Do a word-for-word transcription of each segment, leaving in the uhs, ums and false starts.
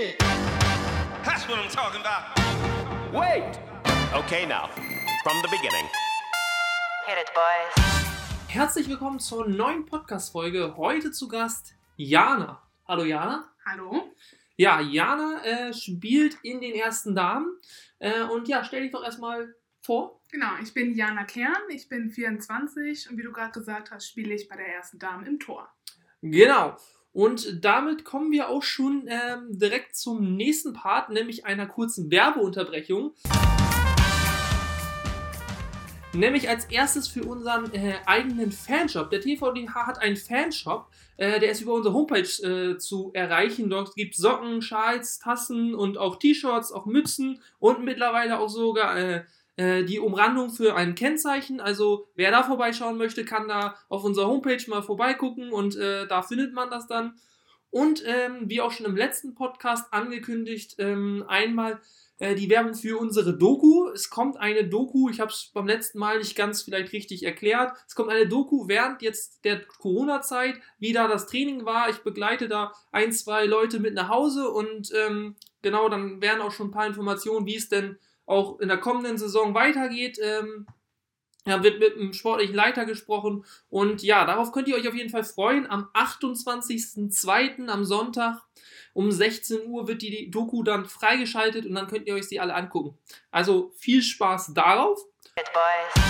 shit. That's what I'm talking about. Wait. Okay, now, from the beginning. Hit it, boys. Herzlich willkommen zur neuen Podcast-Folge. Heute zu Gast Jana. Hallo Jana. Hallo. Ja, Jana äh, spielt in den ersten Damen. Äh, und ja, stell dich doch erstmal vor. Genau, ich bin Jana Kern, ich bin vierundzwanzig und wie du gerade gesagt hast, spiele ich bei der ersten Dame im Tor. Genau. Und damit kommen wir auch schon ähm, direkt zum nächsten Part, nämlich einer kurzen Werbeunterbrechung. Nämlich als erstes für unseren äh, eigenen Fanshop. Der T V D H hat einen Fanshop, äh, der ist über unsere Homepage äh, zu erreichen. Dort gibt es Socken, Schals, Tassen und auch T-Shirts, auch Mützen und mittlerweile auch sogar äh, äh, die Umrandung für ein Kennzeichen. Also wer da vorbeischauen möchte, kann da auf unserer Homepage mal vorbeigucken und äh, da findet man das dann. Und ähm, wie auch schon im letzten Podcast angekündigt, ähm, einmal die Werbung für unsere Doku. Es kommt eine Doku, ich habe es beim letzten Mal nicht ganz vielleicht richtig erklärt. Es kommt eine Doku während jetzt der Corona-Zeit, wie da das Training war. Ich begleite da ein, zwei Leute mit nach Hause und ähm, genau, dann werden auch schon ein paar Informationen, wie es denn auch in der kommenden Saison weitergeht. Ähm, ja, wird mit einem sportlichen Leiter gesprochen und ja, darauf könnt ihr euch auf jeden Fall freuen. Am achtundzwanzigsten zweiten am Sonntag um sechzehn Uhr wird die Doku dann freigeschaltet und dann könnt ihr euch sie alle angucken. Also viel Spaß darauf. Hit it, boys.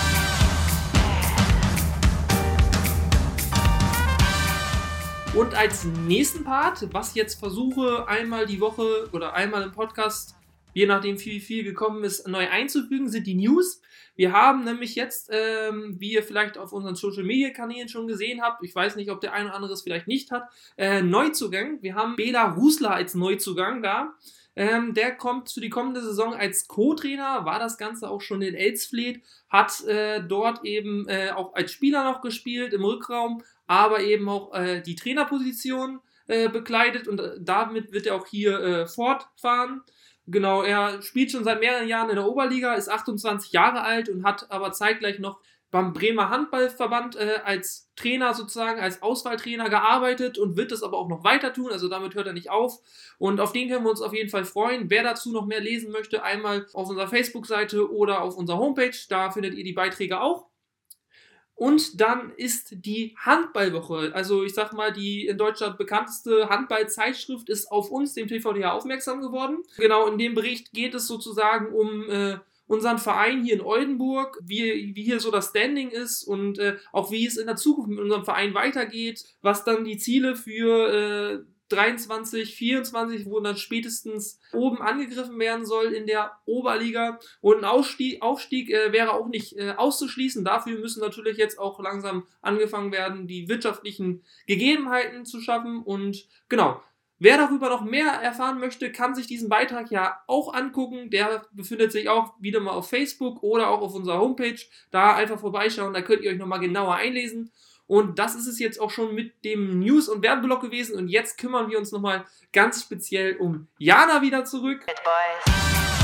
Und als nächsten Part, was ich jetzt versuche, einmal die Woche oder einmal im Podcast, je nachdem wie viel gekommen ist, neu einzufügen, sind die News. Wir haben nämlich jetzt, ähm, wie ihr vielleicht auf unseren Social-Media-Kanälen schon gesehen habt, ich weiß nicht, ob der eine oder andere es vielleicht nicht hat, äh, Neuzugang. Wir haben Bela Rusler als Neuzugang da. Ähm, der kommt für die kommende Saison als Co-Trainer, war das Ganze auch schon in Elsfleth, hat äh, dort eben äh, auch als Spieler noch gespielt im Rückraum, aber eben auch äh, die Trainerposition äh, bekleidet und äh, damit wird er auch hier äh, fortfahren. Genau, er spielt schon seit mehreren Jahren in der Oberliga, ist achtundzwanzig Jahre alt und hat aber zeitgleich noch beim Bremer Handballverband äh, als Trainer sozusagen, als Auswahltrainer gearbeitet und wird das aber auch noch weiter tun, also damit hört er nicht auf und auf den können wir uns auf jeden Fall freuen. Wer dazu noch mehr lesen möchte, einmal auf unserer Facebook-Seite oder auf unserer Homepage, da findet ihr die Beiträge auch. Und dann ist die Handballwoche, also ich sag mal, die in Deutschland bekannteste Handballzeitschrift ist auf uns, dem T V D H, aufmerksam geworden. Genau, in dem Bericht geht es sozusagen um äh, unseren Verein hier in Oldenburg, wie, wie hier so das Standing ist und äh, auch wie es in der Zukunft mit unserem Verein weitergeht, was dann die Ziele für äh, dreiundzwanzig, vierundzwanzig, wo dann spätestens oben angegriffen werden soll in der Oberliga. Und ein Aufstieg, Aufstieg äh, wäre auch nicht äh, auszuschließen. Dafür müssen natürlich jetzt auch langsam angefangen werden, die wirtschaftlichen Gegebenheiten zu schaffen. Und genau, wer darüber noch mehr erfahren möchte, kann sich diesen Beitrag ja auch angucken. Der befindet sich auch wieder mal auf Facebook oder auch auf unserer Homepage. Da einfach vorbeischauen, da könnt ihr euch nochmal genauer einlesen. Und das ist es jetzt auch schon mit dem News- und Werbeblock gewesen. Und jetzt kümmern wir uns nochmal ganz speziell um Jana wieder zurück. Hit it, boys.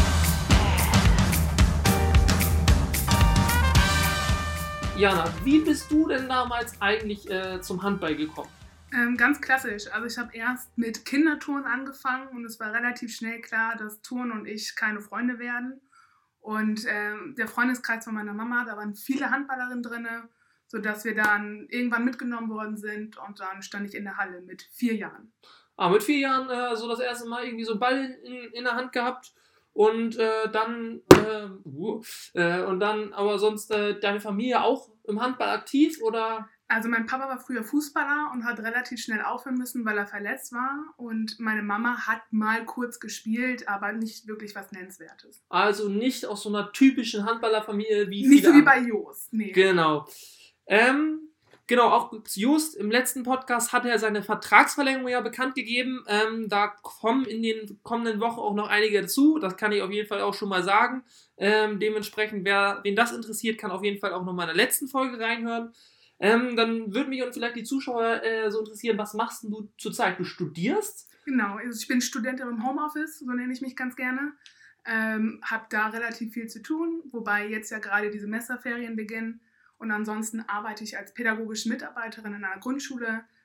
Jana, wie bist du denn damals eigentlich äh, zum Handball gekommen? Ähm, ganz klassisch. Also ich habe erst mit Kinderturnen angefangen und es war relativ schnell klar, dass Turnen und ich keine Freunde werden. Und ähm, der Freundeskreis von meiner Mama, da waren viele Handballerinnen drin, sodass wir dann irgendwann mitgenommen worden sind und dann stand ich in der Halle mit vier Jahren. Ah, mit vier Jahren äh, so das erste Mal irgendwie so einen Ball in, in der Hand gehabt und äh, dann äh, uh, äh, und dann aber sonst äh, deine Familie auch im Handball aktiv oder? Also mein Papa war früher Fußballer und hat relativ schnell aufhören müssen, weil er verletzt war und meine Mama hat mal kurz gespielt, aber nicht wirklich was Nennenswertes. Also nicht aus so einer typischen Handballerfamilie wie Nicht viele so wie andere. bei Jost, nee. Genau. Ähm, genau, auch Just im letzten Podcast hat er seine Vertragsverlängerung ja bekannt gegeben. Ähm, da kommen in den kommenden Wochen auch noch einige dazu. Das kann ich auf jeden Fall auch schon mal sagen. Ähm, dementsprechend, wer, wen das interessiert, kann auf jeden Fall auch noch mal in der letzten Folge reinhören. Ähm, dann würde mich und vielleicht die Zuschauer äh, so interessieren, was machst denn du zurzeit? Du studierst? Genau, also ich bin Studentin im Homeoffice, so nenne ich mich ganz gerne. Ähm, habe da relativ viel zu tun, wobei jetzt ja gerade die Semesterferien beginnen. Und ansonsten arbeite ich als pädagogische Mitarbeiterin in einer Grundschule,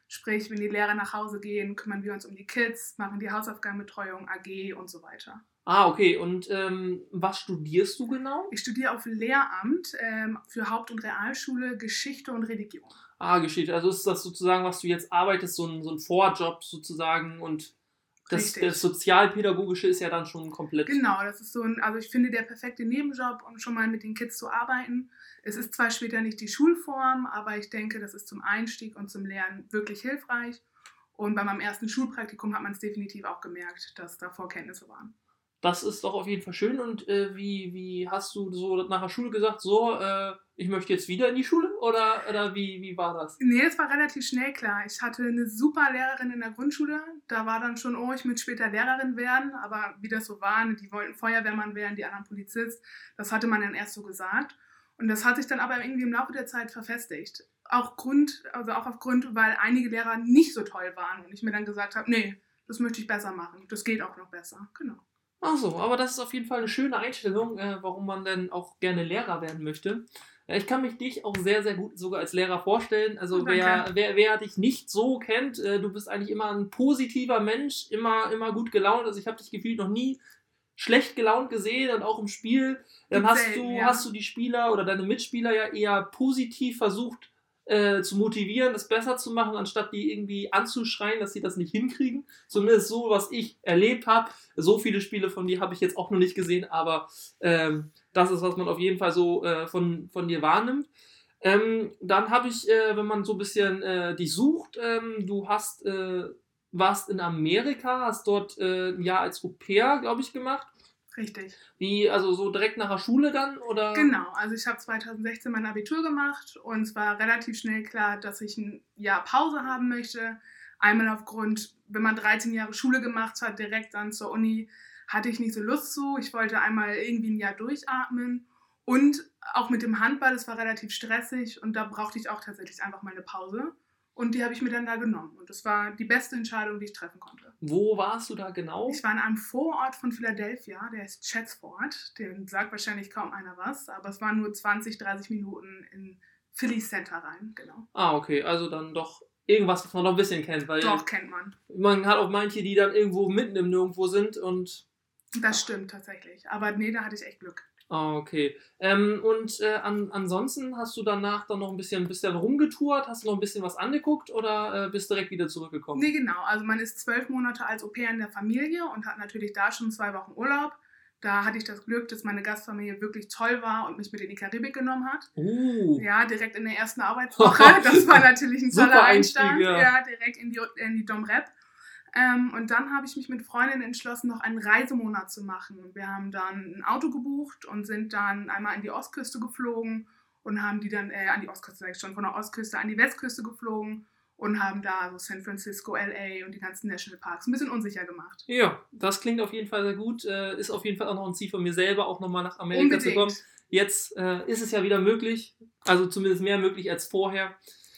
Sprich, wenn die Lehrer nach Hause gehen, kümmern wir uns um die Kids, machen die Hausaufgabenbetreuung, A G und so weiter. Ah, okay. Und ähm, was studierst du genau? Ich studiere auf Lehramt ähm, für Haupt- und Realschule Geschichte und Religion. Ah, Geschichte. Also ist das sozusagen, was du jetzt arbeitest, so ein, so ein Vorjob sozusagen und das, das Sozialpädagogische ist ja dann schon komplett... Genau, das ist so ein, also ich finde, der perfekte Nebenjob, um schon mal mit den Kids zu arbeiten. Es ist zwar später nicht die Schulform, aber ich denke, das ist zum Einstieg und zum Lernen wirklich hilfreich. Und bei meinem ersten Schulpraktikum hat man es definitiv auch gemerkt, dass da Vorkenntnisse waren. Das ist doch auf jeden Fall schön. Und äh, wie, wie hast du so nach der Schule gesagt, so, äh, ich möchte jetzt wieder in die Schule? Oder, oder wie, wie war das? Nee, es war relativ schnell klar. Ich hatte eine super Lehrerin in der Grundschule. Da war dann schon, oh, ich möchte später Lehrerin werden. Aber wie das so war, die wollten Feuerwehrmann werden, die anderen Polizist. Das hatte man dann erst so gesagt. Und das hat sich dann aber irgendwie im Laufe der Zeit verfestigt. Auch Grund, also auch aufgrund, weil einige Lehrer nicht so toll waren. Und ich mir dann gesagt habe, nee, das möchte ich besser machen. Das geht auch noch besser. Genau. Ach so, aber das ist auf jeden Fall eine schöne Einstellung, äh, warum man denn auch gerne Lehrer werden möchte. Äh, ich kann mich dich auch sehr, sehr gut sogar als Lehrer vorstellen. Also Oh, wer, wer, wer dich nicht so kennt, äh, du bist eigentlich immer ein positiver Mensch, immer, immer gut gelaunt. Also ich habe dich gefühlt noch nie schlecht gelaunt gesehen und auch im Spiel. Dann hast Selten, du, ja. hast du die Spieler oder deine Mitspieler ja eher positiv versucht äh, zu motivieren, es besser zu machen, anstatt die irgendwie anzuschreien, dass sie das nicht hinkriegen. Zumindest so, was ich erlebt habe. So viele Spiele von dir habe ich jetzt auch noch nicht gesehen, aber ähm, das ist, was man auf jeden Fall so äh, von, von dir wahrnimmt. Ähm, dann habe ich, äh, wenn man so ein bisschen äh, dich sucht, ähm, du hast, äh, warst in Amerika, hast dort äh, ein Jahr als Au-pair, glaube ich, gemacht. Richtig. Wie, also so direkt nach der Schule dann, oder? Genau, also ich habe zweitausendsechzehn mein Abitur gemacht und es war relativ schnell klar, dass ich ein Jahr Pause haben möchte. Einmal aufgrund, wenn man dreizehn Jahre Schule gemacht hat, direkt dann zur Uni, hatte ich nicht so Lust zu. Ich wollte einmal irgendwie ein Jahr durchatmen und auch mit dem Handball, es war relativ stressig und da brauchte ich auch tatsächlich einfach mal eine Pause. Und die habe ich mir dann da genommen. Und das war die beste Entscheidung, die ich treffen konnte. Wo warst du da genau? Ich war in einem Vorort von Philadelphia, der ist Chatsford. Den sagt wahrscheinlich kaum einer was, aber es waren nur zwanzig, dreißig Minuten in Philly Center rein, genau. Ah, okay, also dann doch irgendwas, was man noch ein bisschen kennt. Weil Doch, kennt man. man hat auch manche, die dann irgendwo mitten im Nirgendwo sind und... Das stimmt tatsächlich. Aber nee, da hatte ich echt Glück. Ah, okay. Ähm, und äh, an, ansonsten hast du danach dann noch ein bisschen, bisschen rumgetourt, hast du noch ein bisschen was angeguckt oder äh, bist direkt wieder zurückgekommen? Nee, genau. Also man ist zwölf Monate als Au-pair in der Familie und hat natürlich da schon zwei Wochen Urlaub. Da hatte ich das Glück, dass meine Gastfamilie wirklich toll war und mich mit in die Karibik genommen hat. Uh. Ja, direkt in der ersten Arbeitswoche. Das war natürlich ein toller Super Einstieg, Einstand. ja. Ja, direkt in die, in die Dom Rep. Ähm, und dann habe ich mich mit Freundinnen entschlossen, noch einen Reisemonat zu machen. Wir haben dann ein Auto gebucht und sind dann einmal an die Ostküste geflogen und haben die dann, äh, an die Ostküste, sag ich schon, von der Ostküste an die Westküste geflogen und haben da so San Francisco, L A und die ganzen Nationalparks ein bisschen unsicher gemacht. Ja, das klingt auf jeden Fall sehr gut. Äh, ist auf jeden Fall auch noch ein Ziel von mir selber, auch nochmal nach Amerika Unbedingt. zu kommen. Jetzt äh, ist es ja wieder möglich, also zumindest mehr möglich als vorher.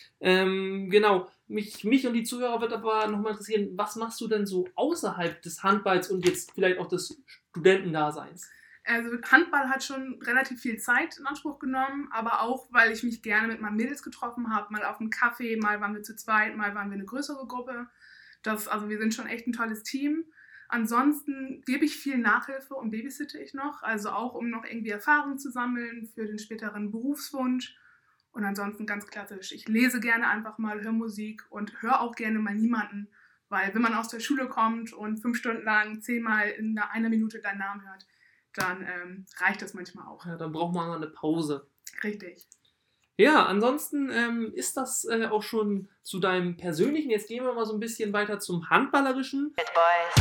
Ähm, genau, mich, mich und die Zuhörer wird aber nochmal interessieren, was machst du denn so außerhalb des Handballs und jetzt vielleicht auch des Studentendaseins? Also Handball hat schon relativ viel Zeit in Anspruch genommen, aber auch, weil ich mich gerne mit meinen Mädels getroffen habe, mal auf einem Kaffee, mal waren wir zu zweit, mal waren wir eine größere Gruppe. Das, also wir sind schon echt ein tolles Team. Ansonsten gebe ich viel Nachhilfe und babysitte ich noch, also auch um noch irgendwie Erfahrung zu sammeln für den späteren Berufswunsch. Und ansonsten ganz klassisch, ich lese gerne einfach mal, höre Musik und höre auch gerne mal niemanden, weil wenn man aus der Schule kommt und fünf Stunden lang zehnmal in einer Minute deinen Namen hört, dann ähm, reicht das manchmal auch. Ja, dann braucht man mal eine Pause. Richtig. Ja, ansonsten ähm, ist das äh, auch schon zu deinem Persönlichen. Jetzt gehen wir mal so ein bisschen weiter zum Handballerischen. Hit it, boys.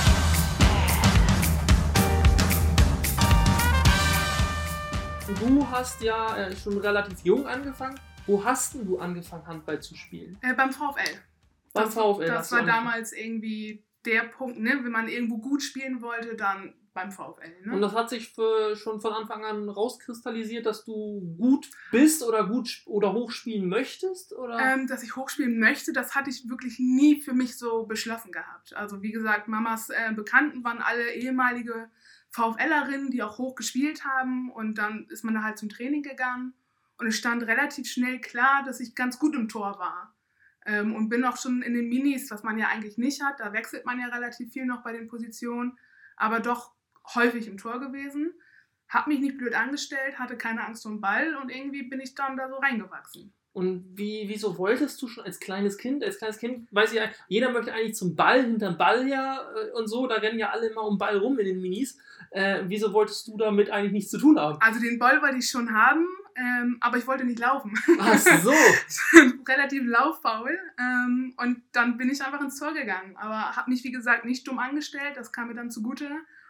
Du hast ja äh, schon relativ jung angefangen. Wo hast denn du angefangen, Handball zu spielen? Äh, beim VfL. Beim Das, VfL. das hast du war angefangen. damals irgendwie der Punkt, ne? Wenn man irgendwo gut spielen wollte, dann beim VfL. Ne? Und das hat sich für, schon von Anfang an rauskristallisiert, dass du gut bist oder gut sp- oder hoch spielen möchtest? Oder? Ähm, dass ich hochspielen möchte, das hatte ich wirklich nie für mich so beschlossen gehabt. Also wie gesagt, Mamas äh, Bekannten waren alle ehemalige VfLerinnen, die auch hoch gespielt haben und dann ist man da halt zum Training gegangen und es stand relativ schnell klar, dass ich ganz gut im Tor war. Ähm, und bin auch schon in den Minis, was man ja eigentlich nicht hat. Da wechselt man ja relativ viel noch bei den Positionen, aber doch häufig im Tor gewesen. Hab mich nicht blöd angestellt, hatte keine Angst vor dem Ball und irgendwie bin ich dann da so reingewachsen. Und wie, wieso wolltest du schon als kleines Kind, als kleines Kind, weiß ich ja, jeder möchte eigentlich zum Ball, hinterm Ball her äh, und so, da rennen ja alle immer um den Ball rum in den Minis. Äh, wieso wolltest du damit eigentlich nichts zu tun haben? Also den Ball wollte ich schon haben, ähm, aber ich wollte nicht laufen. Ach so. Relativ lauffaul. Ähm, und dann bin ich einfach ins Tor gegangen. Aber habe mich, wie gesagt, nicht dumm angestellt, das kam mir dann zugute.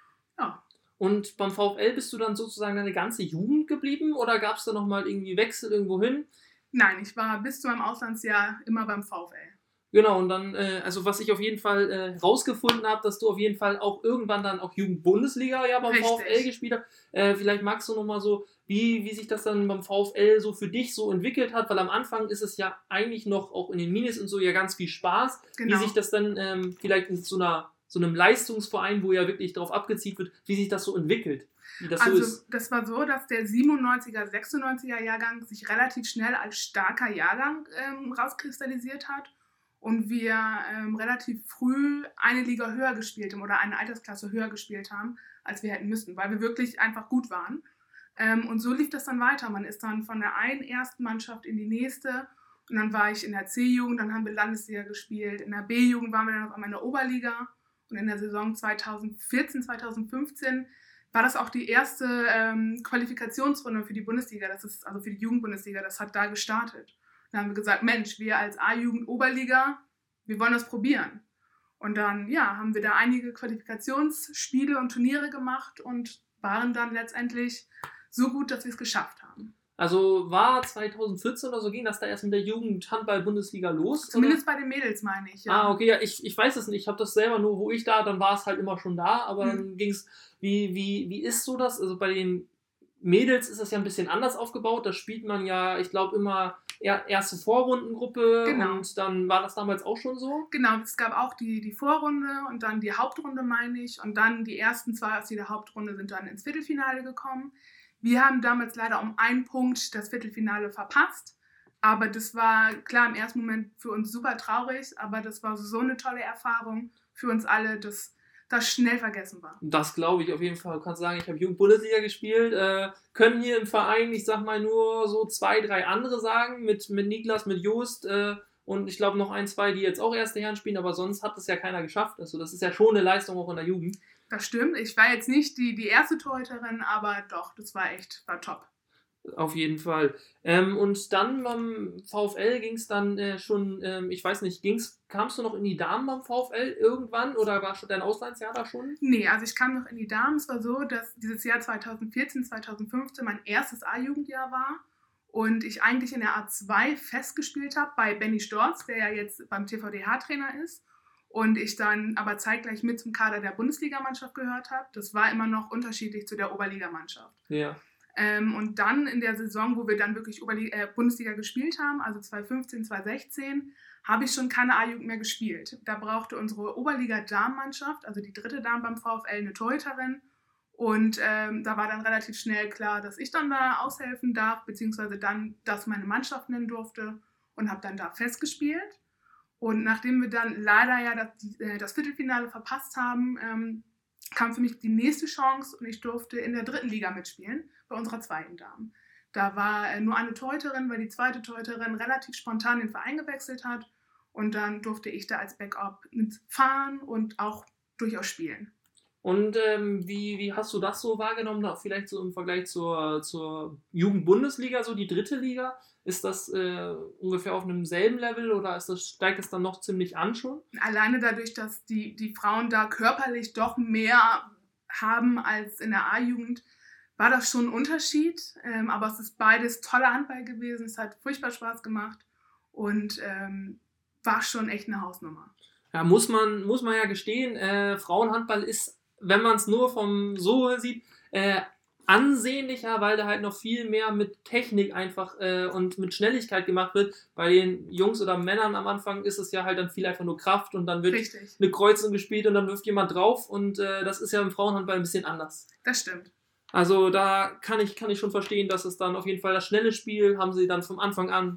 Ja. Und beim VfL bist du dann sozusagen deine ganze Jugend geblieben oder gab es da nochmal irgendwie Wechsel irgendwo hin? Nein, ich war bis zu meinem Auslandsjahr immer beim VfL. Genau, und dann, äh, also was ich auf jeden Fall äh, rausgefunden habe, dass du auf jeden Fall auch irgendwann dann auch Jugend-Bundesliga ja beim Richtig. VfL gespielt hast. Äh, vielleicht magst du nochmal so, wie, wie sich das dann beim VfL so für dich so entwickelt hat, weil am Anfang ist es ja eigentlich noch auch in den Minis und so ja ganz viel Spaß. Genau. Wie sich das dann ähm, vielleicht in so, einer, so einem Leistungsverein, wo ja wirklich darauf abgezielt wird, wie sich das so entwickelt. Wie das Also so ist. das war so, dass der siebenundneunziger, sechsundneunziger Jahrgang sich relativ schnell als starker Jahrgang ähm, rauskristallisiert hat und wir ähm, relativ früh eine Liga höher gespielt haben oder eine Altersklasse höher gespielt haben, als wir hätten müssen, weil wir wirklich einfach gut waren. Ähm, und so lief das dann weiter. Man ist dann von der einen ersten Mannschaft in die nächste und dann war ich in der C-Jugend, dann haben wir Landesliga gespielt, in der B-Jugend waren wir dann auf einmal in der Oberliga und in der Saison zweitausendvierzehn, zweitausendfünfzehn war das auch die erste ähm, Qualifikationsrunde für die Bundesliga, das ist also für die Jugendbundesliga, das hat da gestartet. Da haben wir gesagt, Mensch, wir als A-Jugend Oberliga, wir wollen das probieren. Und dann, ja, haben wir da einige Qualifikationsspiele und Turniere gemacht und waren dann letztendlich so gut, dass wir es geschafft haben. Also war zweitausendvierzehn oder so, ging das da erst mit der Jugend-Handball-Bundesliga los? Zumindest oder? bei den Mädels, meine ich, ja. Ah, okay, ja, ich, ich weiß es nicht. Ich habe das selber nur, wo ich da, dann war es halt immer schon da, aber Mhm. dann ging es, wie, wie, wie ist so das? Also bei den Mädels ist das ja ein bisschen anders aufgebaut. Da spielt man ja, ich glaube, immer er, erste Vorrundengruppe Genau. und dann war das damals auch schon so. Genau, es gab auch die, die Vorrunde und dann die Hauptrunde, meine ich. Und dann die ersten zwei aus jeder Hauptrunde sind dann ins Viertelfinale gekommen. Wir haben damals leider um einen Punkt das Viertelfinale verpasst. Aber das war, klar, im ersten Moment für uns super traurig, aber das war so eine tolle Erfahrung für uns alle, dass das schnell vergessen war. Das glaube ich auf jeden Fall. Du kannst sagen, ich habe Jugend-Bundesliga gespielt. Äh, können hier im Verein, ich sag mal, nur so zwei, drei andere sagen, mit, mit Niklas, mit Jost äh, und ich glaube noch ein, zwei, die jetzt auch erste Herren spielen, aber sonst hat das ja keiner geschafft. Also das ist ja schon eine Leistung auch in der Jugend. Das stimmt. Ich war jetzt nicht die, die erste Torhüterin, aber doch, das war echt, war top. Auf jeden Fall. Ähm, und dann beim VfL ging es dann äh, schon, ähm, ich weiß nicht, ging's, kamst du noch in die Damen beim VfL irgendwann oder war schon dein Auslandsjahr da schon? Nee, also ich kam noch in die Damen. Es war so, dass dieses Jahr zweitausendvierzehn, zweitausendfünfzehn mein erstes A-Jugendjahr war und ich eigentlich in der A zwei festgespielt habe bei Benny Storz, der ja jetzt beim T V D H-Trainer ist. Und ich dann aber zeitgleich mit zum Kader der Bundesligamannschaft gehört habe. Das war immer noch unterschiedlich zu der Oberligamannschaft. Ja. Ähm, und dann in der Saison, wo wir dann wirklich Oberliga, äh, Bundesliga gespielt haben, also zweitausendfünfzehn, zweitausendsechzehn, habe ich schon keine A-Jugend mehr gespielt. Da brauchte unsere Oberliga-Damenmannschaft, also die dritte Dame beim VfL, eine Torhüterin. Und ähm, da war dann relativ schnell klar, dass ich dann da aushelfen darf, beziehungsweise dann das meine Mannschaft nennen durfte und habe dann da festgespielt. Und nachdem wir dann leider ja das, äh, das Viertelfinale verpasst haben, ähm, kam für mich die nächste Chance und ich durfte in der dritten Liga mitspielen, bei unserer zweiten Dame. Da war äh, nur eine Torhüterin, weil die zweite Torhüterin relativ spontan den Verein gewechselt hat und dann durfte ich da als Backup mitfahren und auch durchaus spielen. Und ähm, wie, wie hast du das so wahrgenommen, da vielleicht so im Vergleich zur, zur Jugend-Bundesliga, so die dritte Liga? Ist das äh, ungefähr auf einem selben Level oder ist das, steigt es dann noch ziemlich an schon? Alleine dadurch, dass die, die Frauen da körperlich doch mehr haben als in der A-Jugend, war das schon ein Unterschied. Ähm, aber es ist beides toller Handball gewesen. Es hat furchtbar Spaß gemacht und ähm, war schon echt eine Hausnummer. Ja, muss man, muss man ja gestehen, äh, Frauenhandball ist, wenn man es nur vom so sieht, äh, ansehnlicher, weil da halt noch viel mehr mit Technik einfach äh, und mit Schnelligkeit gemacht wird. Bei den Jungs oder Männern am Anfang ist es ja halt dann viel einfach nur Kraft und dann wird Richtig. eine Kreuzung gespielt und dann wirft jemand drauf und äh, das ist ja im Frauenhandball ein bisschen anders. Das stimmt. Also da kann ich, kann ich schon verstehen, dass es dann auf jeden Fall das schnelle Spiel haben sie dann vom Anfang an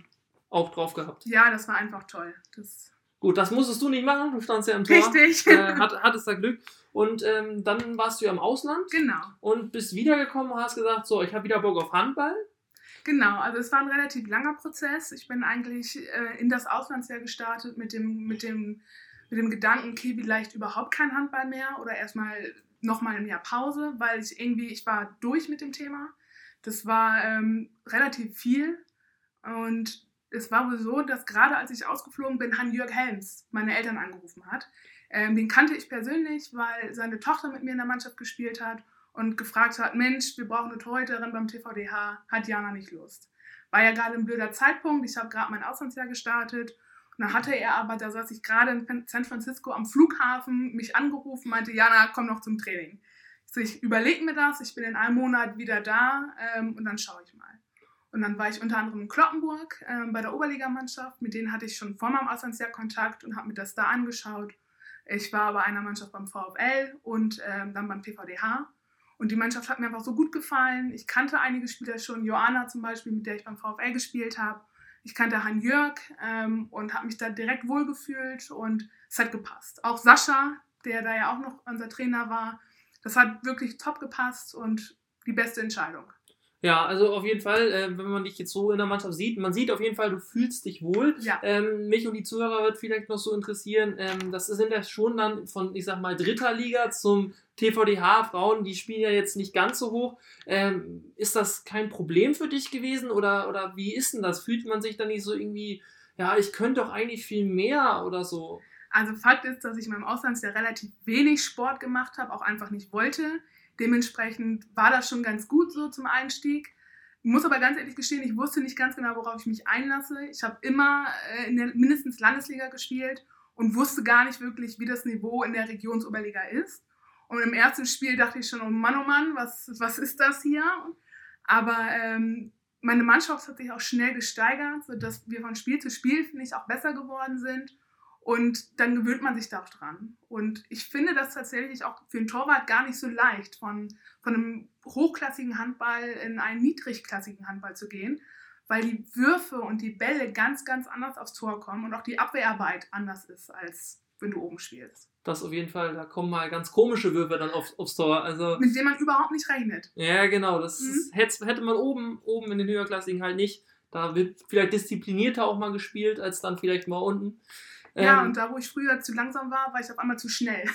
auch drauf gehabt. Ja, das war einfach toll. Das Gut, das musstest du nicht machen, du standst ja im Tor. Richtig. Äh, hat, hattest da Glück. Und ähm, dann warst du ja im Ausland Genau. und bist wiedergekommen und hast gesagt, so, ich habe wieder Bock auf Handball. Genau, also es war ein relativ langer Prozess. Ich bin eigentlich äh, in das Auslandsjahr gestartet mit dem, mit dem, mit dem Gedanken, okay, vielleicht überhaupt kein Handball mehr oder erstmal nochmal ein Jahr Pause, weil ich irgendwie, ich war durch mit dem Thema. Das war ähm, relativ viel und es war wohl so, dass gerade als ich ausgeflogen bin, Hans-Jörg Helms meine Eltern angerufen hat. Ähm, den kannte ich persönlich, weil seine Tochter mit mir in der Mannschaft gespielt hat und gefragt hat, Mensch, wir brauchen eine Torhüterin beim T V D H, hat Jana nicht Lust. War ja gerade ein blöder Zeitpunkt, ich habe gerade mein Auslandsjahr gestartet und dann hatte er aber, da saß ich gerade in San Francisco am Flughafen, mich angerufen, meinte, Jana, komm noch zum Training. Ich so, ich überlege mir das, ich bin in einem Monat wieder da ähm, und dann schaue ich mal. Und dann war ich unter anderem in Cloppenburg äh, bei der Oberligamannschaft. Mit denen hatte ich schon vor meinem Auslandsjahr Kontakt und habe mir das da angeschaut. Ich war bei einer Mannschaft beim VfL und ähm, dann beim T V D H. Und die Mannschaft hat mir einfach so gut gefallen. Ich kannte einige Spieler schon. Joanna zum Beispiel, mit der ich beim VfL gespielt habe. Ich kannte Hans-Jörg ähm, und habe mich da direkt wohlgefühlt. Und es hat gepasst. Auch Sascha, der da ja auch noch unser Trainer war. Das hat wirklich top gepasst und die beste Entscheidung. Ja, also auf jeden Fall, äh, wenn man dich jetzt so in der Mannschaft sieht, man sieht auf jeden Fall, du fühlst dich wohl. Ja. Ähm, mich und die Zuhörer wird vielleicht noch so interessieren, ähm, das sind ja schon dann von, ich sag mal, dritter Liga zum T V D H, Frauen, die spielen ja jetzt nicht ganz so hoch. Ähm, ist das kein Problem für dich gewesen oder, oder wie ist denn das? Fühlt man sich dann nicht so irgendwie, ja, ich könnte doch eigentlich viel mehr oder so? Also Fakt ist, dass ich in meinem Auslandsjahr relativ wenig Sport gemacht habe, auch einfach nicht wollte. Dementsprechend war das schon ganz gut so zum Einstieg. Ich muss aber ganz ehrlich gestehen, ich wusste nicht ganz genau, worauf ich mich einlasse. Ich habe immer äh, in der mindestens Landesliga gespielt und wusste gar nicht wirklich, wie das Niveau in der Regionsoberliga ist. Und im ersten Spiel dachte ich schon, oh Mann, oh Mann, was, was ist das hier? Aber ähm, meine Mannschaft hat sich auch schnell gesteigert, sodass wir von Spiel zu Spiel, finde ich, auch besser geworden sind. Und dann gewöhnt man sich da auch dran. Und ich finde das tatsächlich auch für einen Torwart gar nicht so leicht, von, von einem hochklassigen Handball in einen niedrigklassigen Handball zu gehen, weil die Würfe und die Bälle ganz, ganz anders aufs Tor kommen und auch die Abwehrarbeit anders ist, als wenn du oben spielst. Das auf jeden Fall, da kommen mal ganz komische Würfe dann auf, aufs Tor. Also, mit denen man überhaupt nicht rechnet. Ja, genau. Das Mhm. ist, hätte, hätte man oben, oben in den höherklassigen halt nicht. Da wird vielleicht disziplinierter auch mal gespielt, als dann vielleicht mal unten. Ja, Ähm, und da, wo ich früher zu langsam war, war ich auf einmal zu schnell.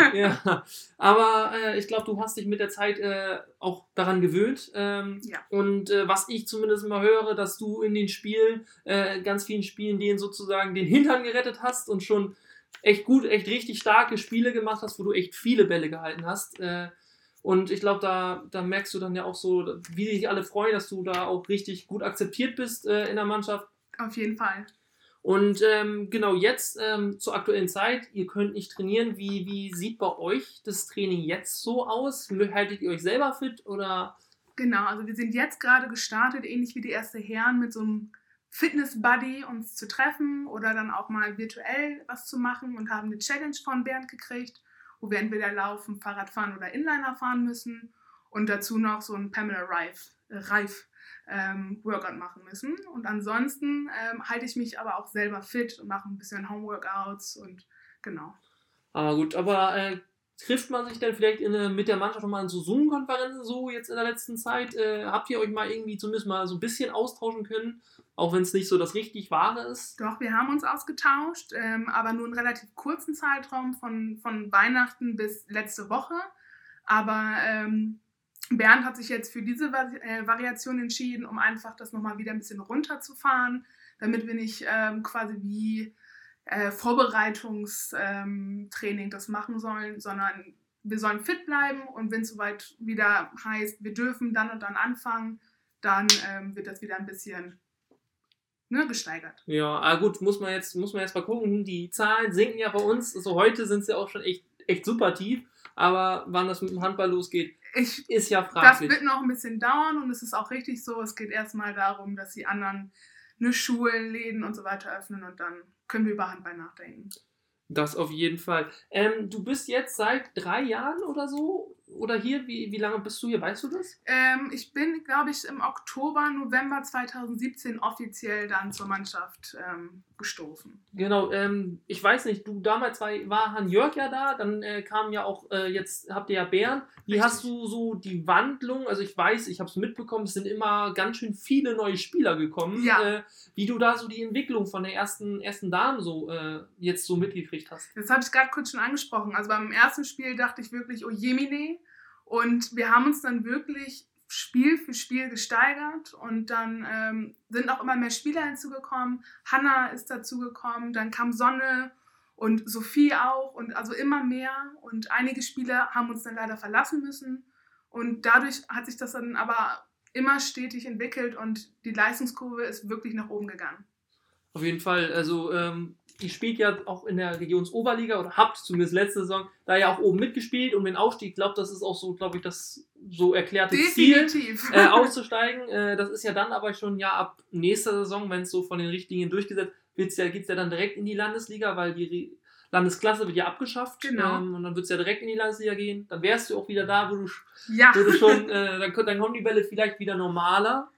ja, aber äh, ich glaube, du hast dich mit der Zeit äh, auch daran gewöhnt. Ähm, Ja. Und äh, was ich zumindest mal höre, dass du in den Spielen, äh, ganz vielen Spielen, denen sozusagen den Hintern gerettet hast und schon echt gut, echt richtig starke Spiele gemacht hast, wo du echt viele Bälle gehalten hast. Äh, und ich glaube, da, da merkst du dann ja auch so, wie sich alle freuen, dass du da auch richtig gut akzeptiert bist äh, in der Mannschaft. Auf jeden Fall. Und ähm, genau jetzt ähm, zur aktuellen Zeit, ihr könnt nicht trainieren. Wie, wie sieht bei euch das Training jetzt so aus? Haltet ihr euch selber fit oder? Genau, also wir sind jetzt gerade gestartet, ähnlich wie die erste Herren, mit so einem Fitness-Buddy uns zu treffen oder dann auch mal virtuell was zu machen und haben eine Challenge von Bernd gekriegt, wo wir entweder laufen, Fahrrad fahren oder Inliner fahren müssen und dazu noch so ein Pamela Reif, äh, Reif ähm, Workout machen müssen. Und ansonsten ähm, halte ich mich aber auch selber fit und mache ein bisschen Homeworkouts und genau. Ah gut, aber äh, trifft man sich dann vielleicht in, äh, mit der Mannschaft nochmal in so Zoom-Konferenzen so jetzt in der letzten Zeit? Äh, habt ihr euch mal irgendwie zumindest mal so ein bisschen austauschen können, auch wenn es nicht so das richtig Wahre ist? Doch, wir haben uns ausgetauscht, ähm, aber nur einen relativ kurzen Zeitraum von, von Weihnachten bis letzte Woche. Aber ähm, Bernd hat sich jetzt für diese Vari- äh, Variation entschieden, um einfach das nochmal wieder ein bisschen runterzufahren, damit wir nicht ähm, quasi wie äh, Vorbereitungstraining ähm, das machen sollen, sondern wir sollen fit bleiben und wenn es soweit wieder heißt, wir dürfen dann und dann anfangen, dann ähm, wird das wieder ein bisschen ne, gesteigert. Ja, ah gut, muss man jetzt, muss man jetzt mal gucken. Die Zahlen sinken ja bei uns. Also heute sind sie auch schon echt, echt super tief. Aber wann das mit dem Handball losgeht, Ich, ist ja das fraglich. wird noch ein bisschen dauern und es ist auch richtig so. Es geht erstmal darum, dass die anderen eine Schulen, Läden und so weiter öffnen und dann können wir über Handball nachdenken. Das auf jeden Fall. Ähm, du bist jetzt seit drei Jahren oder so oder hier? Wie, wie lange bist du hier? Weißt du das? Ähm, ich bin, glaube ich, im Oktober, November zweitausendsiebzehn offiziell dann zur Mannschaft ähm, gestoßen. Genau, ähm, ich weiß nicht, du damals war, war Han-Jörg ja da, dann äh, kam ja auch, äh, jetzt habt ihr ja Bernd. Wie Richtig. hast du so die Wandlung, also ich weiß, ich habe es mitbekommen, es sind immer ganz schön viele neue Spieler gekommen, Ja. äh, wie du da so die Entwicklung von der ersten, ersten Dame so äh, jetzt so mitgekriegt hast. Das habe ich gerade kurz schon angesprochen. Also beim ersten Spiel dachte ich wirklich, oh jemine. Und wir haben uns dann wirklich Spiel für Spiel gesteigert und dann ähm, sind auch immer mehr Spieler hinzugekommen. Hanna ist dazugekommen, dann kam Sonne und Sophie auch und also immer mehr. Und einige Spieler haben uns dann leider verlassen müssen. Und dadurch hat sich das dann aber immer stetig entwickelt und die Leistungskurve ist wirklich nach oben gegangen. Auf jeden Fall, also ähm, ihr spielt ja auch in der Regionsoberliga oder habt zumindest letzte Saison da ja auch oben mitgespielt um den Aufstieg. Ich glaube, das ist auch so, glaube ich, das so erklärte Definitiv. Ziel, äh, auszusteigen. Äh, das ist ja dann aber schon ja ab nächster Saison, wenn es so von den Richtlinien durchgesetzt wird, ja, geht es ja dann direkt in die Landesliga, weil die Re- Landesklasse wird ja abgeschafft. Genau. Ähm, und dann wird es ja direkt in die Landesliga gehen. Dann wärst du auch wieder da, wo du, Ja. wo du schon, äh, dann, dann kommen die Bälle vielleicht wieder normaler.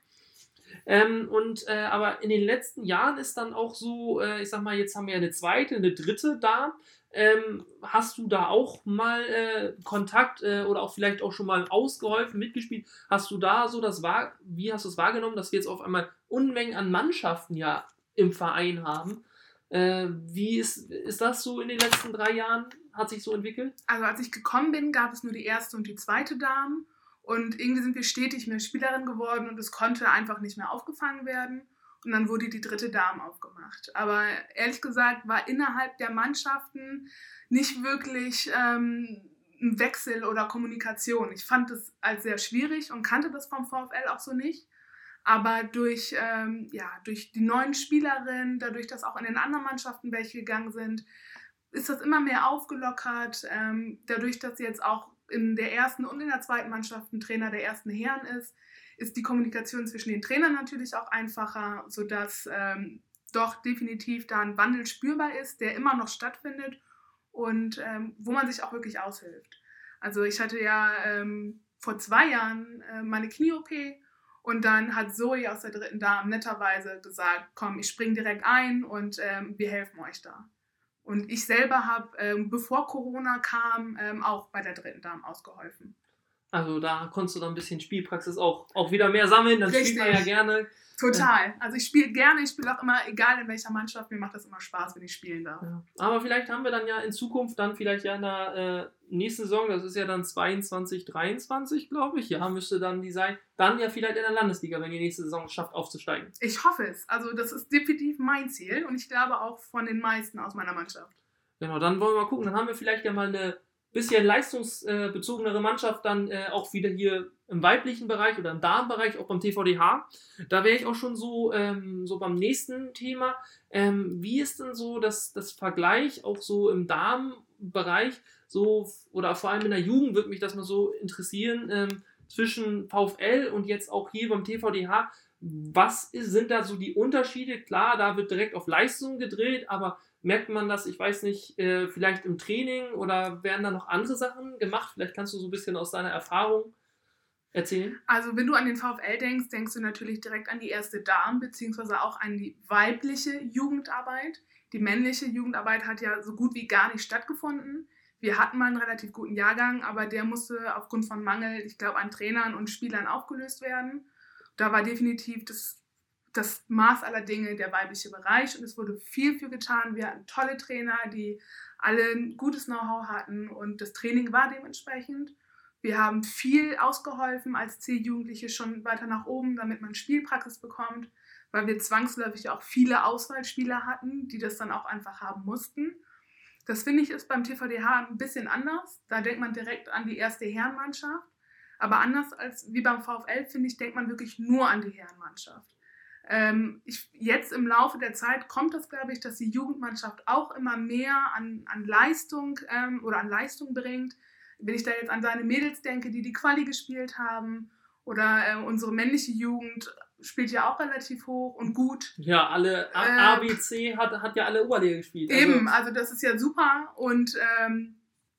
Ähm, und äh, aber in den letzten Jahren ist dann auch so, äh, ich sag mal, jetzt haben wir ja eine zweite, eine dritte da. Ähm, hast du da auch mal äh, Kontakt äh, oder auch vielleicht auch schon mal ausgeholfen, mitgespielt? Hast du da so das wahr, wie hast du es wahrgenommen, dass wir jetzt auf einmal Unmengen an Mannschaften ja im Verein haben? Äh, wie ist, ist das so in den letzten drei Jahren? Hat sich so entwickelt? Also als ich gekommen bin, gab es nur die erste und die zweite Dame. Und irgendwie sind wir stetig mehr Spielerin geworden und es konnte einfach nicht mehr aufgefangen werden. Und dann wurde die dritte Dame aufgemacht. Aber ehrlich gesagt war innerhalb der Mannschaften nicht wirklich ähm, ein Wechsel oder Kommunikation. Ich fand das als sehr schwierig und kannte das vom VfL auch so nicht. Aber durch, ähm, ja, durch die neuen Spielerinnen, dadurch, dass auch in den anderen Mannschaften welche gegangen sind, ist das immer mehr aufgelockert. Ähm, dadurch, dass jetzt auch in der ersten und in der zweiten Mannschaft ein Trainer der ersten Herren ist, ist die Kommunikation zwischen den Trainern natürlich auch einfacher, sodass ähm, doch definitiv da ein Wandel spürbar ist, der immer noch stattfindet und ähm, wo man sich auch wirklich aushilft. Also ich hatte ja ähm, vor zwei Jahren äh, meine Knie-O P und dann hat Zoe aus der dritten Dame netterweise gesagt, komm, ich spring direkt ein und ähm, wir helfen euch da. Und ich selber habe, ähm, bevor Corona kam, ähm, auch bei der dritten Dame ausgeholfen. Also da konntest du dann ein bisschen Spielpraxis auch, auch wieder mehr sammeln, dann Richtig. spielt man ja gerne. Total. Also ich spiele gerne, ich spiele auch immer, egal in welcher Mannschaft, mir macht das immer Spaß, wenn ich spielen darf. Ja. Aber vielleicht haben wir dann ja in Zukunft dann vielleicht ja in der äh, nächsten Saison, das ist ja dann zweiundzwanzig, dreiundzwanzig, glaube ich, ja, müsste dann die sein, dann ja vielleicht in der Landesliga, wenn die nächste Saison es schafft, aufzusteigen. Ich hoffe es. Also das ist definitiv mein Ziel und ich glaube auch von den meisten aus meiner Mannschaft. Genau, dann wollen wir mal gucken, dann haben wir vielleicht ja mal eine bisschen leistungsbezogenere Mannschaft dann äh, auch wieder hier im weiblichen Bereich oder im Damenbereich, auch beim T V D H. Da wäre ich auch schon so, ähm, so beim nächsten Thema. Ähm, wie ist denn so das, das Vergleich auch so im Damenbereich, so oder vor allem in der Jugend würde mich das mal so interessieren, ähm, zwischen VfL und jetzt auch hier beim T V D H. Was ist, sind da so die Unterschiede? Klar, da wird direkt auf Leistung gedrillt, aber merkt man das, ich weiß nicht, äh, vielleicht im Training oder werden da noch andere Sachen gemacht? Vielleicht kannst du so ein bisschen aus deiner Erfahrung erzählen. Also wenn du an den VfL denkst, denkst du natürlich direkt an die erste Dame, beziehungsweise auch an die weibliche Jugendarbeit. Die männliche Jugendarbeit hat ja so gut wie gar nicht stattgefunden. Wir hatten mal einen relativ guten Jahrgang, aber der musste aufgrund von Mangel, ich glaube, an Trainern und Spielern aufgelöst werden. Da war definitiv das das Maß aller Dinge der weibliche Bereich und es wurde viel für getan. Wir hatten tolle Trainer, die alle ein gutes Know-how hatten und das Training war dementsprechend. Wir haben viel ausgeholfen als C-Jugendliche schon weiter nach oben, damit man Spielpraxis bekommt, weil wir zwangsläufig auch viele Auswahlspieler hatten, die das dann auch einfach haben mussten. Das finde ich ist beim T V D H ein bisschen anders. Da denkt man direkt an die erste Herrenmannschaft. Aber anders als wie beim VfL, finde ich, denkt man wirklich nur an die Herrenmannschaft. Ähm, ich, jetzt im Laufe der Zeit kommt das, glaube ich, dass die Jugendmannschaft auch immer mehr an, an Leistung ähm, oder an Leistung bringt. Wenn ich da jetzt an seine Mädels denke, die die Quali gespielt haben oder äh, unsere männliche Jugend spielt ja auch relativ hoch und gut. Ja, alle A, Äh, A B C hat, hat ja alle Oberliga gespielt. Eben, also das ist ja super und ähm,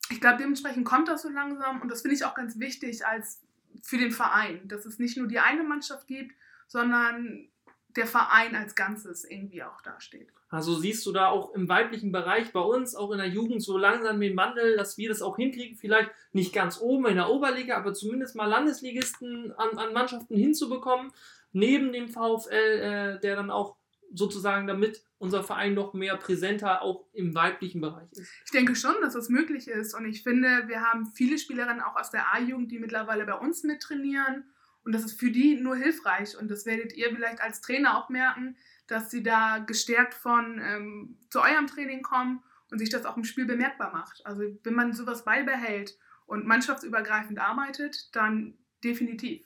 ich glaube, dementsprechend kommt das so langsam und das finde ich auch ganz wichtig als für den Verein, dass es nicht nur die eine Mannschaft gibt, sondern der Verein als Ganzes irgendwie auch dasteht. Also siehst du da auch im weiblichen Bereich bei uns, auch in der Jugend, so langsam den Wandel, dass wir das auch hinkriegen, vielleicht nicht ganz oben in der Oberliga, aber zumindest mal Landesligisten an, an Mannschaften hinzubekommen, neben dem VfL, äh, der dann auch sozusagen damit unser Verein noch mehr präsenter auch im weiblichen Bereich ist. Ich denke schon, dass das möglich ist und ich finde, wir haben viele Spielerinnen auch aus der A-Jugend, die mittlerweile bei uns mittrainieren und das ist für die nur hilfreich und das werdet ihr vielleicht als Trainer auch merken, dass sie da gestärkt von ähm, zu eurem Training kommen und sich das auch im Spiel bemerkbar macht. Also wenn man sowas beibehält und mannschaftsübergreifend arbeitet, dann definitiv.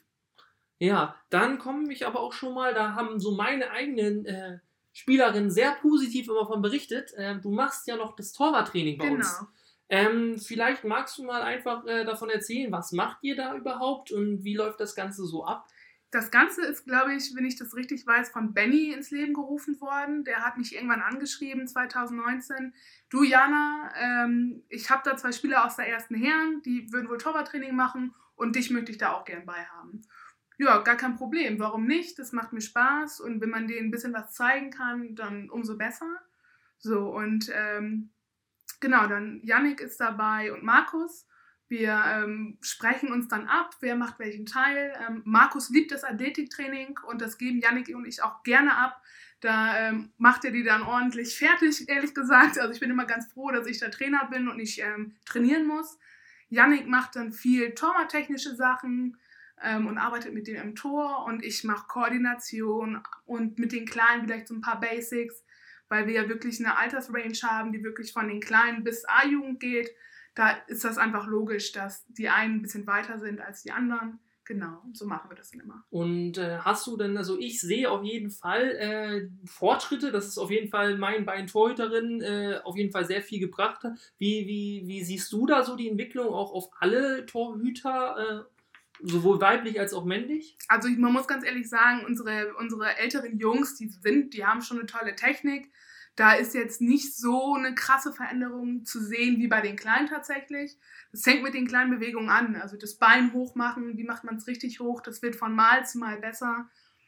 Ja, dann komme ich aber auch schon mal, da haben so meine eigenen äh, Spielerinnen sehr positiv immer von berichtet. Äh, du machst ja noch das Torwarttraining bei Genau. uns. Ähm, vielleicht magst du mal einfach äh, davon erzählen, was macht ihr da überhaupt und wie läuft das Ganze so ab? Das Ganze ist, glaube ich, wenn ich das richtig weiß, von Benny ins Leben gerufen worden. Der hat mich irgendwann angeschrieben, zwanzig neunzehn. Du, Jana, ähm, ich habe da zwei Spieler aus der ersten Herren, die würden wohl Torwarttraining machen und dich möchte ich da auch gern bei haben. Ja, gar kein Problem. Warum nicht? Das macht mir Spaß und wenn man denen ein bisschen was zeigen kann, dann umso besser. So, und ähm, genau, dann Yannick ist dabei und Markus. Wir ähm, sprechen uns dann ab, wer macht welchen Teil. Ähm, Markus liebt das Athletiktraining und das geben Yannick und ich auch gerne ab. Da ähm, macht er die dann ordentlich fertig, ehrlich gesagt. Also ich bin immer ganz froh, dass ich der Trainer bin und nicht ähm, trainieren muss. Yannick macht dann viel torwarttechnische Sachen ähm, und arbeitet mit dem im Tor und ich mache Koordination und mit den Kleinen vielleicht so ein paar Basics, weil wir ja wirklich eine Altersrange haben, die wirklich von den Kleinen bis A-Jugend geht. Da ist das einfach logisch, dass die einen ein bisschen weiter sind als die anderen. Genau, so machen wir das dann immer. Und äh, hast du denn, also ich sehe auf jeden Fall äh, Fortschritte, das ist auf jeden Fall meinen beiden Torhüterinnen äh, auf jeden Fall sehr viel gebracht. Wie, wie, wie siehst du da so die Entwicklung auch auf alle Torhüter, äh, sowohl weiblich als auch männlich? Also man muss ganz ehrlich sagen, unsere, unsere älteren Jungs, die sind, die haben schon eine tolle Technik. Da ist jetzt nicht so eine krasse Veränderung zu sehen wie bei den Kleinen tatsächlich. Das fängt mit den kleinen Bewegungen an. Also das Bein hoch machen, wie macht man es richtig hoch? Das wird von Mal zu Mal besser.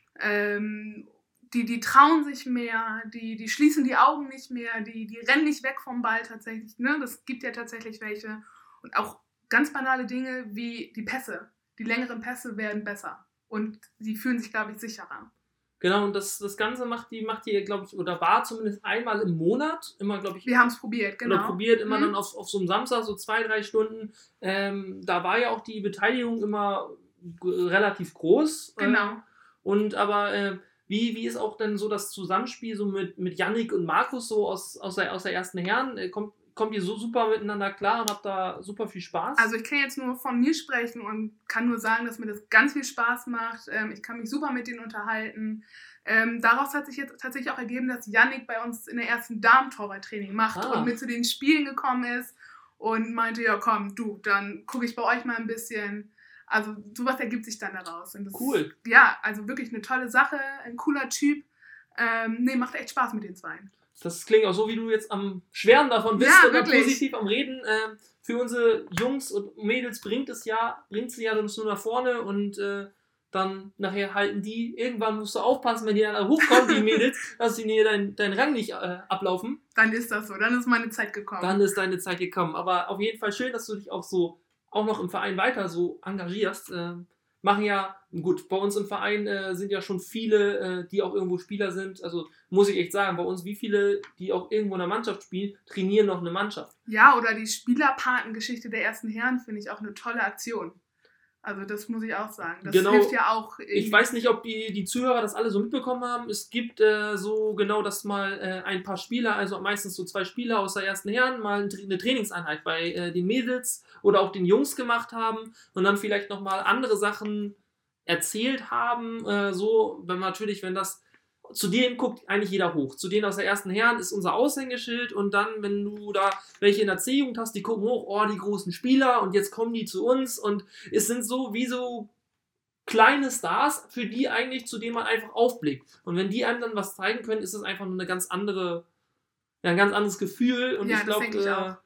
Ähm, die, die trauen sich mehr, die, die schließen die Augen nicht mehr, die, die rennen nicht weg vom Ball tatsächlich. Ne? Das gibt ja tatsächlich welche. Und auch ganz banale Dinge wie die Pässe. Die längeren Pässe werden besser. Und sie fühlen sich, glaube ich, sicherer. Genau, und das, das Ganze macht die, macht die, glaube ich, oder war zumindest einmal im Monat, immer, glaube ich. Wir haben es probiert, genau. Oder probiert, immer mhm. dann auf, auf so einem Samstag, so zwei, drei Stunden. Ähm, da war ja auch die Beteiligung immer g- relativ groß. Genau. Äh, und aber äh, wie, wie ist auch denn so das Zusammenspiel so mit, mit Yannick und Markus so aus, aus, der, aus der ersten Herren? Äh, kommt, kommt ihr so super miteinander klar und habt da super viel Spaß? Also ich kann jetzt nur von mir sprechen und kann nur sagen, dass mir das ganz viel Spaß macht. Ähm, ich kann mich super mit denen unterhalten. Ähm, daraus hat sich jetzt tatsächlich auch ergeben, dass Yannick bei uns in der ersten Damen-Torwarttraining macht Ah. und mit zu den Spielen gekommen ist und meinte, ja komm, du, dann gucke ich bei euch mal ein bisschen. Also sowas ergibt sich dann daraus. Und das Cool. Ist, ja, also wirklich eine tolle Sache, ein cooler Typ. Ähm, nee, macht echt Spaß mit den Zweien. Das klingt auch so, wie du jetzt am Schweren davon bist Ja, oder wirklich. positiv am Reden. Ähm, für unsere Jungs und Mädels bringt es ja, bringt es ja sonst nur nach vorne und äh, dann nachher halten die, irgendwann musst du aufpassen, wenn die dann hochkommen, die Mädels, dass sie dir deinen dein Rang nicht äh, ablaufen. Dann ist das so, dann ist meine Zeit gekommen. Dann ist deine Zeit gekommen. Aber auf jeden Fall schön, dass du dich auch so, auch noch im Verein weiter so engagierst. Äh, machen ja, gut, bei uns im Verein äh, sind ja schon viele, äh, die auch irgendwo Spieler sind. Also muss ich echt sagen, bei uns, wie viele, die auch irgendwo in der Mannschaft spielen, trainieren noch eine Mannschaft. Ja, oder die Spielerpatengeschichte der ersten Herren finde ich auch eine tolle Aktion. Also das muss ich auch sagen. Das Genau. hilft ja auch. Ich weiß nicht, ob die, die Zuhörer das alle so mitbekommen haben. Es gibt äh, so genau, dass mal äh, ein paar Spieler, also meistens so zwei Spieler aus der ersten Herren, mal eine Trainingseinheit bei äh, den Mädels oder auch den Jungs gemacht haben und dann vielleicht nochmal andere Sachen erzählt haben. Äh, so, wenn man natürlich, wenn das zu denen guckt eigentlich jeder hoch. Zu denen aus der ersten Herren ist unser Aushängeschild und dann, wenn du da welche in der C-Jugend hast, die gucken hoch, oh, die großen Spieler und jetzt kommen die zu uns und es sind so wie so kleine Stars, für die eigentlich, zu denen man einfach aufblickt. Und wenn die einem dann was zeigen können, ist es einfach nur eine ganz andere, ja, ein ganz anderes Gefühl und Ja, ich das glaube, denke ich äh, auch.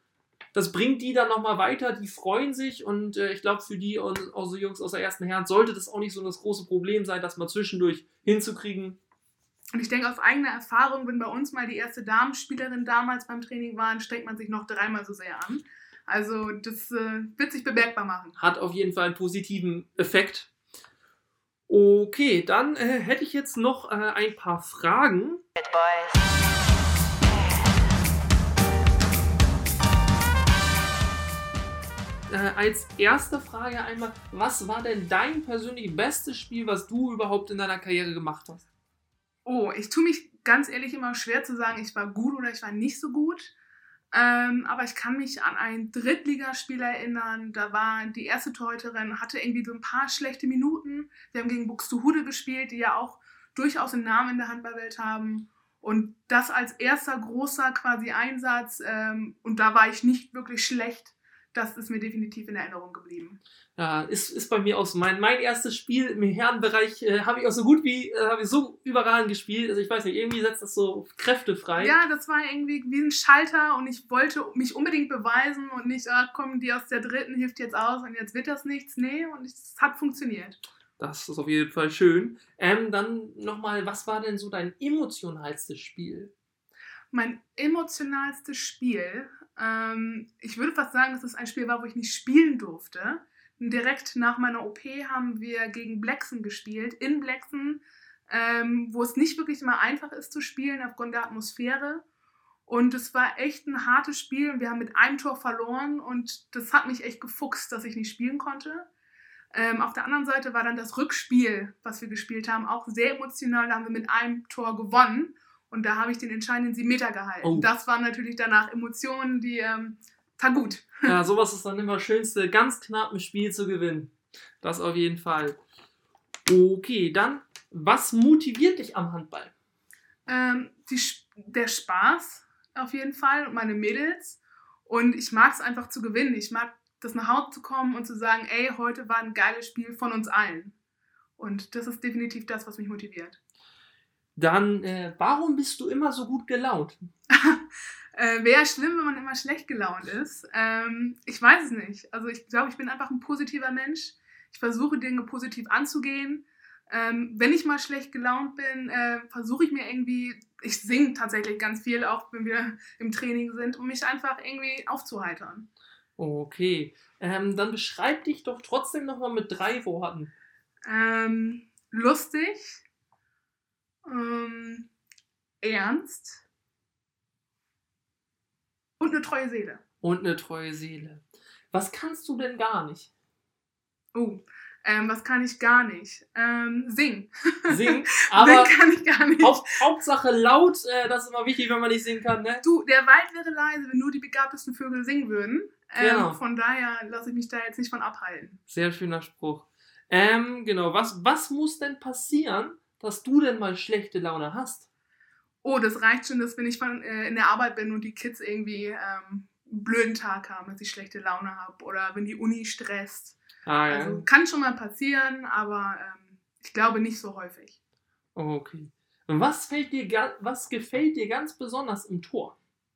das bringt die dann nochmal weiter, die freuen sich und äh, ich glaube für die und auch so Jungs aus der ersten Herren sollte das auch nicht so das große Problem sein, das mal zwischendurch hinzukriegen. Und ich denke aus eigener Erfahrung, wenn bei uns mal die erste Damenspielerin damals beim Training waren, strengt man sich noch dreimal so sehr an. Also das äh, wird sich bemerkbar machen. Hat auf jeden Fall einen positiven Effekt. Okay, dann äh, hätte ich jetzt noch äh, ein paar Fragen. Hit it, boys. Äh, als erste Frage einmal, was war denn dein persönlich bestes Spiel, was du überhaupt in deiner Karriere gemacht hast? Oh, ich tue mich ganz ehrlich immer schwer zu sagen, ich war gut oder ich war nicht so gut. Ähm, aber ich kann mich an ein Drittligaspiel erinnern. Da war die erste Torhüterin, hatte irgendwie so ein paar schlechte Minuten. Wir haben gegen Buxtehude gespielt, die ja auch durchaus einen Namen in der Handballwelt haben. Und das als erster großer quasi Einsatz. Ähm, und da war ich nicht wirklich schlecht. Das ist mir definitiv in Erinnerung geblieben. Ja, ist, ist bei mir auch so. Mein, mein erstes Spiel im Herrenbereich äh, habe ich auch so gut wie, äh, habe ich so überragend gespielt. Also ich weiß nicht, irgendwie setzt das so Kräfte frei. Ja, das war irgendwie wie ein Schalter und ich wollte mich unbedingt beweisen und nicht, ah, komm, die aus der dritten hilft jetzt aus und jetzt wird das nichts. Nee, und es hat funktioniert. Das ist auf jeden Fall schön. Ähm, dann nochmal, was war denn so dein emotionalstes Spiel? Mein emotionalstes Spiel, ähm, ich würde fast sagen, dass es ein Spiel war, wo ich nicht spielen durfte. Direkt nach meiner O P haben wir gegen Blexen gespielt, in Blexen, ähm, wo es nicht wirklich immer einfach ist zu spielen aufgrund der Atmosphäre. Und es war echt ein hartes Spiel und wir haben mit einem Tor verloren und das hat mich echt gefuchst, dass ich nicht spielen konnte. Ähm, auf der anderen Seite war dann das Rückspiel, was wir gespielt haben, auch sehr emotional. Da haben wir mit einem Tor gewonnen und da habe ich den entscheidenden sieben Meter gehalten. Oh. Das waren natürlich danach Emotionen, die ähm, war gut. Ja, sowas ist dann immer das Schönste, ganz knapp ein Spiel zu gewinnen. Das auf jeden Fall. Okay, dann, was motiviert dich am Handball? Ähm, die, der Spaß auf jeden Fall und meine Mädels. Und ich mag es einfach zu gewinnen. Ich mag das nach Hause zu kommen und zu sagen, ey, heute war ein geiles Spiel von uns allen. Und das ist definitiv das, was mich motiviert. Dann, äh, warum bist du immer so gut gelaunt? äh, Wäre schlimm, wenn man immer schlecht gelaunt ist. Ähm, ich weiß es nicht. Also ich glaube, ich bin einfach ein positiver Mensch. Ich versuche, Dinge positiv anzugehen. Ähm, wenn ich mal schlecht gelaunt bin, äh, versuche ich mir irgendwie, ich singe tatsächlich ganz viel, auch wenn wir im Training sind, um mich einfach irgendwie aufzuheitern. Okay, ähm, dann beschreib dich doch trotzdem nochmal mit drei Worten. Ähm, lustig, ähm, ernst und eine treue Seele. Und eine treue Seele. Was kannst du denn gar nicht? Oh, ähm, was kann ich gar nicht? Ähm, singen. Singen, aber singen kann ich gar nicht. Haupt, Hauptsache laut, äh, das ist immer wichtig, wenn man nicht singen kann, ne? Du, der Wald wäre leise, wenn nur die begabtesten Vögel singen würden. Ähm, Genau. Von daher lasse ich mich da jetzt nicht von abhalten. Sehr schöner Spruch. Ähm, genau, was, was muss denn passieren, dass du denn mal schlechte Laune hast? Oh, das reicht schon, dass wenn ich von, äh, in der Arbeit bin und die Kids irgendwie ähm, einen blöden Tag haben, dass ich schlechte Laune habe oder wenn die Uni stresst. Ah, ja. Also kann schon mal passieren, aber ähm, ich glaube nicht so häufig. Okay. Was, fällt dir, ga- was gefällt dir ganz besonders im Tor?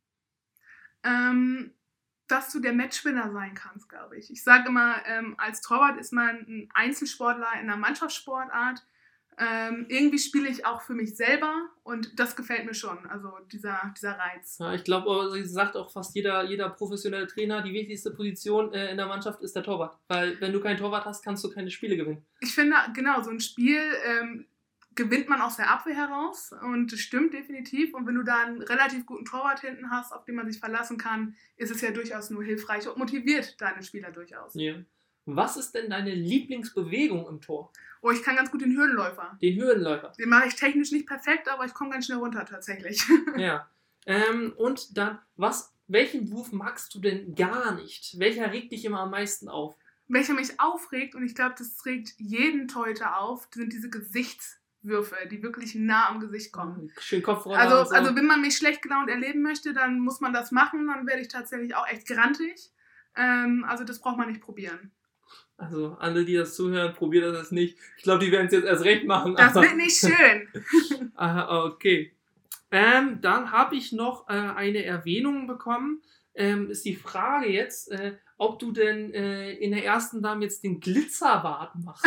Ähm, dass du der Matchwinner sein kannst, glaube ich. Ich sage immer, ähm, als Torwart ist man ein Einzelsportler in einer Mannschaftssportart. Ähm, irgendwie spiele ich auch für mich selber und das gefällt mir schon, also dieser, dieser Reiz. Ja, ich glaube, sie sagt auch fast jeder, jeder professionelle Trainer, die wichtigste Position äh, in der Mannschaft ist der Torwart. Weil wenn du keinen Torwart hast, kannst du keine Spiele gewinnen. Ich finde, genau, so ein Spiel ähm, gewinnt man aus der Abwehr heraus und das stimmt definitiv. Und wenn du da einen relativ guten Torwart hinten hast, auf den man sich verlassen kann, ist es ja durchaus nur hilfreich und motiviert deine Spieler durchaus. Ja. Was ist denn deine Lieblingsbewegung im Tor? Oh, ich kann ganz gut den Höhenläufer. Den Höhenläufer. Den mache ich technisch nicht perfekt, aber ich komme ganz schnell runter tatsächlich. Ja. Ähm, und dann, was, welchen Wurf magst du denn gar nicht? Welcher regt dich immer am meisten auf? Welcher mich aufregt, und ich glaube, das regt jeden Torhüter auf, sind diese Gesichtswürfe, die wirklich nah am Gesicht kommen. Schön Kopf runter. Also, und so. also wenn man mich schlecht gelaunt erleben möchte, dann muss man das machen, dann werde ich tatsächlich auch echt grantig. Ähm, also das braucht man nicht probieren. Also alle, die das zuhören, probiert das nicht. Ich glaube, die werden es jetzt erst recht machen. Das aber- wird nicht schön. Aha, okay. Ähm, dann habe ich noch äh, eine Erwähnung bekommen. ähm, ist die Frage jetzt, äh, ob du denn äh, in der ersten Dame jetzt den Glitzerbart machst.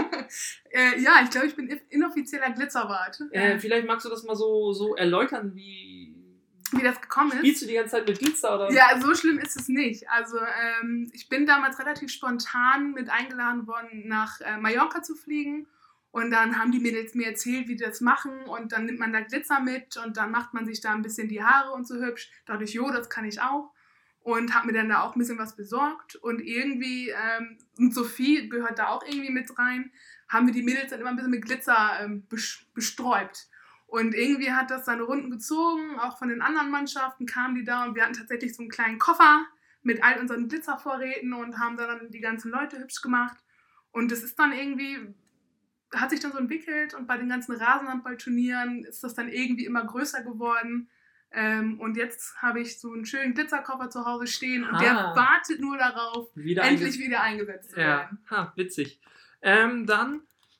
äh, ja, ich glaube, ich bin inoffizieller Glitzerbart. Äh, vielleicht magst du das mal so, so erläutern, wie, wie das gekommen ist. Spielst du die ganze Zeit mit Glitzer? Oder? Ja, so schlimm ist es nicht. Also ähm, ich bin damals relativ spontan mit eingeladen worden, nach äh, Mallorca zu fliegen. Und dann haben die Mädels mir erzählt, wie die das machen. Und dann nimmt man da Glitzer mit und dann macht man sich da ein bisschen die Haare und so hübsch. Da dachte ich, jo, das kann ich auch. Und habe mir dann da auch ein bisschen was besorgt. Und irgendwie, ähm, und Sophie gehört da auch irgendwie mit rein, haben wir die Mädels dann immer ein bisschen mit Glitzer ähm, besträubt. Und irgendwie hat das seine Runden gezogen, auch von den anderen Mannschaften kamen die da und wir hatten tatsächlich so einen kleinen Koffer mit all unseren Glitzervorräten und haben da dann die ganzen Leute hübsch gemacht. Und das ist dann irgendwie, hat sich dann so entwickelt und bei den ganzen Rasenhandballturnieren ist das dann irgendwie immer größer geworden. Ähm, und jetzt habe ich so einen schönen Glitzerkoffer zu Hause stehen und ah, der wartet nur darauf, wieder endlich einge- wieder eingesetzt zu ja. werden. Ha, witzig. Ähm, dann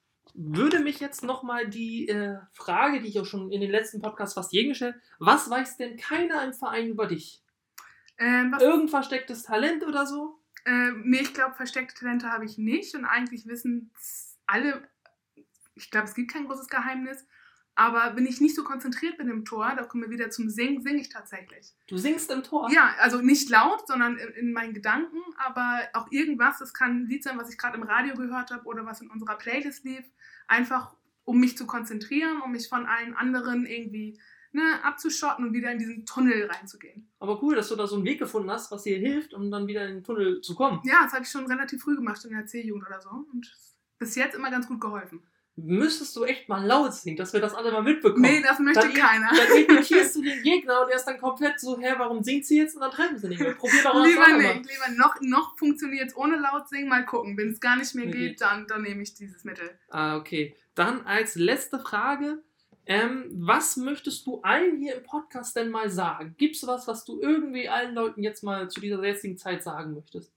würde mich jetzt nochmal die äh, Frage, die ich auch schon in den letzten Podcasts fast jeden gestellt habe, was weiß denn keiner im Verein über dich? Ähm, was, Irgend verstecktes Talent oder so? ähm, nee, ich glaube, versteckte Talente habe ich nicht und eigentlich wissen alle, ich glaube, es gibt kein großes Geheimnis, aber wenn ich nicht so konzentriert bin im Tor, da kommen wir wieder zum Singen, singe ich tatsächlich. Du singst im Tor? Ja, also nicht laut, sondern in, in meinen Gedanken, aber auch irgendwas, das kann ein Lied sein, was ich gerade im Radio gehört habe oder was in unserer Playlist lief, einfach um mich zu konzentrieren, um mich von allen anderen irgendwie ne, abzuschotten und wieder in diesen Tunnel reinzugehen. Aber cool, dass du da so einen Weg gefunden hast, was dir hilft, um dann wieder in den Tunnel zu kommen. Ja, das habe ich schon relativ früh gemacht in der C-Jugend oder so und bis jetzt immer ganz gut geholfen. Müsstest du echt mal laut singen, dass wir das alle mal mitbekommen. Nee, das möchte dann, keiner. Dann irritierst du den Gegner und er ist dann komplett so, hä, warum singt sie jetzt? Und dann treffen sie nicht mehr. Probier doch mal Lieber das nicht, mal. lieber noch, noch funktioniert es ohne laut singen, mal gucken. Wenn es gar nicht mehr Nee, geht, geht. dann, dann nehme ich dieses Mittel. Ah, okay. Dann als letzte Frage, ähm, was möchtest du allen hier im Podcast denn mal sagen? Gibt es was, was du irgendwie allen Leuten jetzt mal zu dieser jetzigen Zeit sagen möchtest?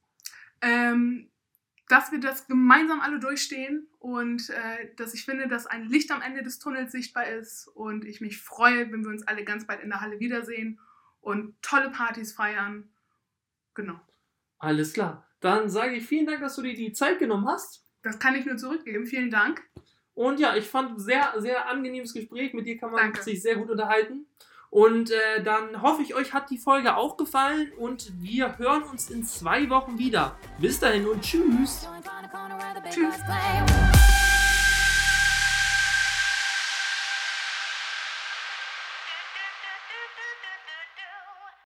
Ähm, dass wir das gemeinsam alle durchstehen und äh, dass ich finde, dass ein Licht am Ende des Tunnels sichtbar ist und ich mich freue, wenn wir uns alle ganz bald in der Halle wiedersehen und tolle Partys feiern. Genau. Alles klar. Dann sage ich vielen Dank, dass du dir die Zeit genommen hast. Das kann ich nur zurückgeben. Vielen Dank. Und ja, ich fand sehr, sehr angenehmes Gespräch. Mit dir kann man Danke. sich sehr gut unterhalten. Und äh, dann hoffe ich, euch hat die Folge auch gefallen und wir hören uns in zwei Wochen wieder. Bis dahin und tschüss. Tschüss.